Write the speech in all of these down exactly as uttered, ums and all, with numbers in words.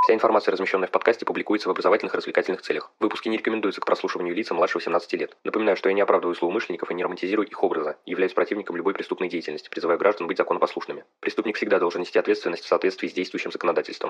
Вся информация, размещенная в подкасте, публикуется в образовательных и развлекательных целях. Выпуски не рекомендуются к прослушиванию лицам младше восемнадцати лет. Напоминаю, что я не оправдываю злоумышленников и не романтизирую их образа, являюсь противником любой преступной деятельности, призываю граждан быть законопослушными. Преступник всегда должен нести ответственность в соответствии с действующим законодательством.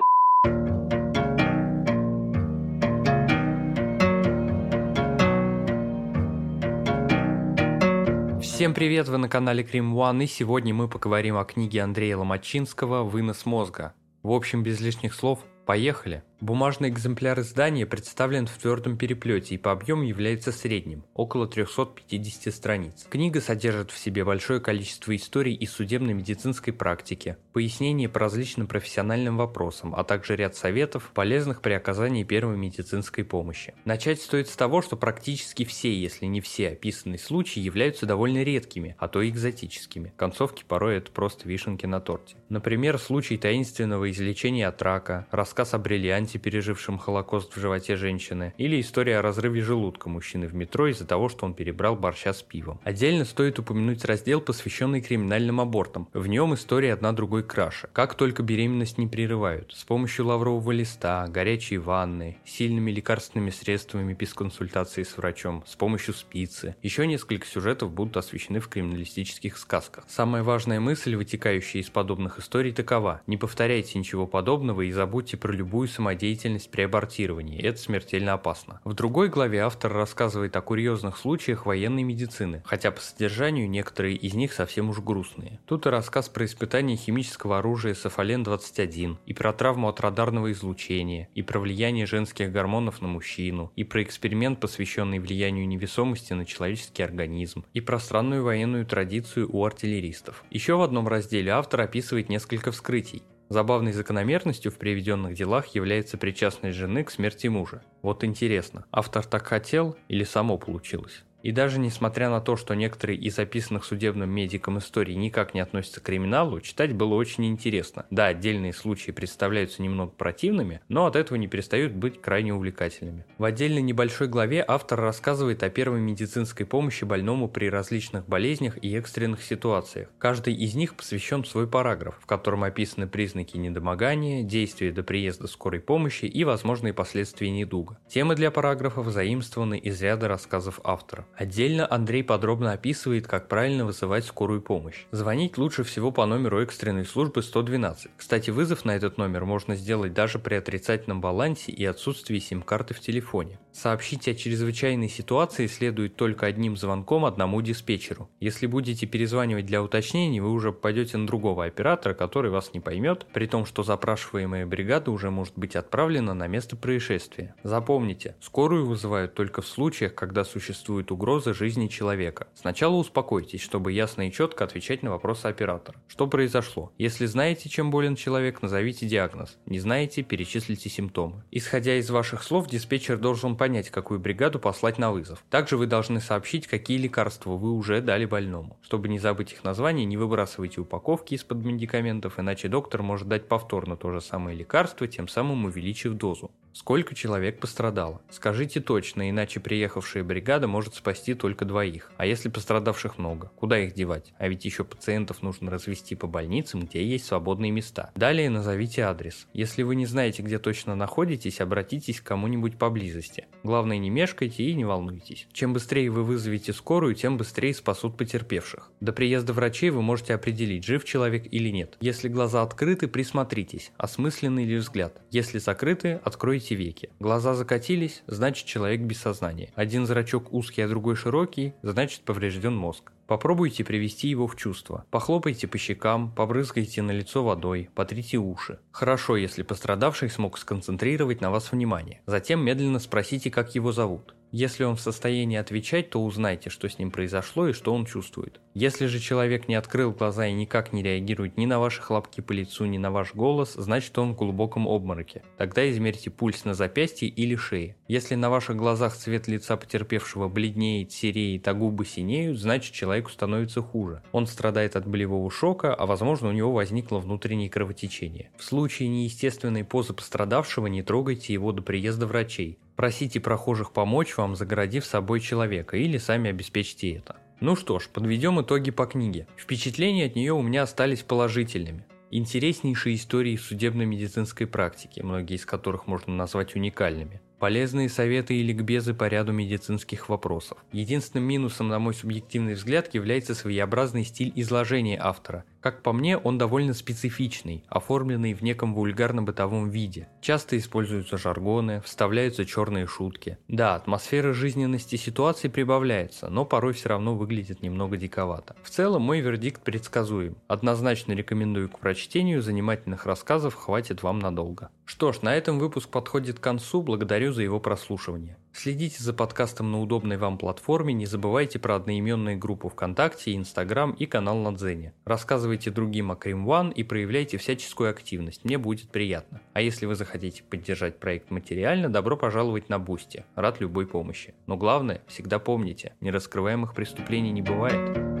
Всем привет, вы на канале Крим One, и сегодня мы поговорим о книге Андрея Ломачинского «Вынос мозга». В общем, без лишних слов, поехали! Бумажный экземпляр издания представлен в твердом переплете и по объему является средним, около трёхсот пятидесяти страниц. Книга содержит в себе большое количество историй из судебно-медицинской практики, пояснения по различным профессиональным вопросам, а также ряд советов, полезных при оказании первой медицинской помощи. Начать стоит с того, что практически все, если не все описанные случаи являются довольно редкими, а то и экзотическими. Концовки порой это просто вишенки на торте. Например, случай таинственного излечения от рака, рассказ о бриллианте, пережившим Холокост в животе женщины, или история о разрыве желудка мужчины в метро из-за того, что он перебрал борща с пивом. Отдельно стоит упомянуть раздел, посвященный криминальным абортам. В нем история одна другой краше. Как только беременность не прерывают, с помощью лаврового листа, горячей ванны, сильными лекарственными средствами без консультации с врачом, с помощью спицы. Еще несколько сюжетов будут освещены в криминалистических сказках. Самая важная мысль, вытекающая из подобных историй, такова: не повторяйте ничего подобного и забудьте про любую самодеятельность деятельность при абортировании, это смертельно опасно. В другой главе автор рассказывает о курьезных случаях военной медицины, хотя по содержанию некоторые из них совсем уж грустные. Тут и рассказ про испытание химического оружия Софален двадцать один, и про травму от радарного излучения, и про влияние женских гормонов на мужчину, и про эксперимент, посвященный влиянию невесомости на человеческий организм, и про странную военную традицию у артиллеристов. Еще в одном разделе автор описывает несколько вскрытий. Забавной закономерностью в приведенных делах является причастность жены к смерти мужа. Вот интересно, автор так хотел или само получилось? И даже несмотря на то, что некоторые из описанных судебным медиком историй никак не относятся к криминалу, читать было очень интересно. Да, отдельные случаи представляются немного противными, но от этого не перестают быть крайне увлекательными. В отдельной небольшой главе автор рассказывает о первой медицинской помощи больному при различных болезнях и экстренных ситуациях. Каждый из них посвящен свой параграф, в котором описаны признаки недомогания, действия до приезда скорой помощи и возможные последствия недуга. Темы для параграфов заимствованы из ряда рассказов автора. Отдельно Андрей подробно описывает, как правильно вызывать скорую помощь. Звонить лучше всего по номеру экстренной службы сто двенадцать. Кстати, вызов на этот номер можно сделать даже при отрицательном балансе и отсутствии сим-карты в телефоне. Сообщить о чрезвычайной ситуации следует только одним звонком одному диспетчеру. Если будете перезванивать для уточнений, вы уже попадете на другого оператора, который вас не поймет, при том, что запрашиваемая бригада уже может быть отправлена на место происшествия. Запомните, скорую вызывают только в случаях, когда существует угроза угроза жизни человека. Сначала успокойтесь, чтобы ясно и четко отвечать на вопросы оператора. Что произошло? Если знаете, чем болен человек, назовите диагноз. Не знаете, перечислите симптомы. Исходя из ваших слов, диспетчер должен понять, какую бригаду послать на вызов. Также вы должны сообщить, какие лекарства вы уже дали больному. Чтобы не забыть их название, не выбрасывайте упаковки из-под медикаментов, иначе доктор может дать повторно то же самое лекарство, тем самым увеличив дозу. Сколько человек пострадало? Скажите точно, иначе приехавшая бригада может спасти только двоих. А если пострадавших много? Куда их девать? А ведь еще пациентов нужно развести по больницам, где есть свободные места. Далее назовите адрес. Если вы не знаете, где точно находитесь, обратитесь к кому-нибудь поблизости. Главное, не мешкайте и не волнуйтесь. Чем быстрее вы вызовете скорую, тем быстрее спасут потерпевших. До приезда врачей вы можете определить, жив человек или нет. Если глаза открыты, присмотритесь, осмысленный ли взгляд. Если закрыты, откройте веки. Глаза закатились, значит человек без сознания. Один зрачок узкий, а другой широкий, значит поврежден мозг. Попробуйте привести его в чувство. Похлопайте по щекам, побрызгайте на лицо водой, потрите уши. Хорошо, если пострадавший смог сконцентрировать на вас внимание. Затем медленно спросите, как его зовут. Если он в состоянии отвечать, то узнайте, что с ним произошло и что он чувствует. Если же человек не открыл глаза и никак не реагирует ни на ваши хлопки по лицу, ни на ваш голос, значит он в глубоком обмороке. Тогда измерьте пульс на запястье или шее. Если на ваших глазах цвет лица потерпевшего бледнеет, сереет, а губы синеют, значит человеку становится хуже. Он страдает от болевого шока, а возможно у него возникло внутреннее кровотечение. В случае неестественной позы пострадавшего не трогайте его до приезда врачей. Просите прохожих помочь вам, загородив собой человека, или сами обеспечьте это. Ну что ж, подведем итоги по книге. Впечатления от нее у меня остались положительными. интереснейшие истории судебно-медицинской практики, многие из которых можно назвать уникальными, полезные советы и ликбезы по ряду медицинских вопросов. Единственным минусом, на мой субъективный взгляд, является своеобразный стиль изложения автора. Как по мне, он довольно специфичный, оформленный в неком вульгарно-бытовом виде. Часто используются жаргоны, вставляются черные шутки. Да, атмосфера жизненности ситуации прибавляется, но порой все равно выглядит немного диковато. В целом, мой вердикт предсказуем. Однозначно рекомендую к прочтению, занимательных рассказов хватит вам надолго. Что ж, на этом выпуск подходит к концу, благодарю за его прослушивание. Следите за подкастом на удобной вам платформе, не забывайте про одноименные группы ВКонтакте, Инстаграм и канал на Дзене. Рассказывайте другим о Крим One и проявляйте всяческую активность, мне будет приятно. А если вы захотите поддержать проект материально, добро пожаловать на Бусти, рад любой помощи. Но главное, всегда помните, нераскрываемых преступлений не бывает.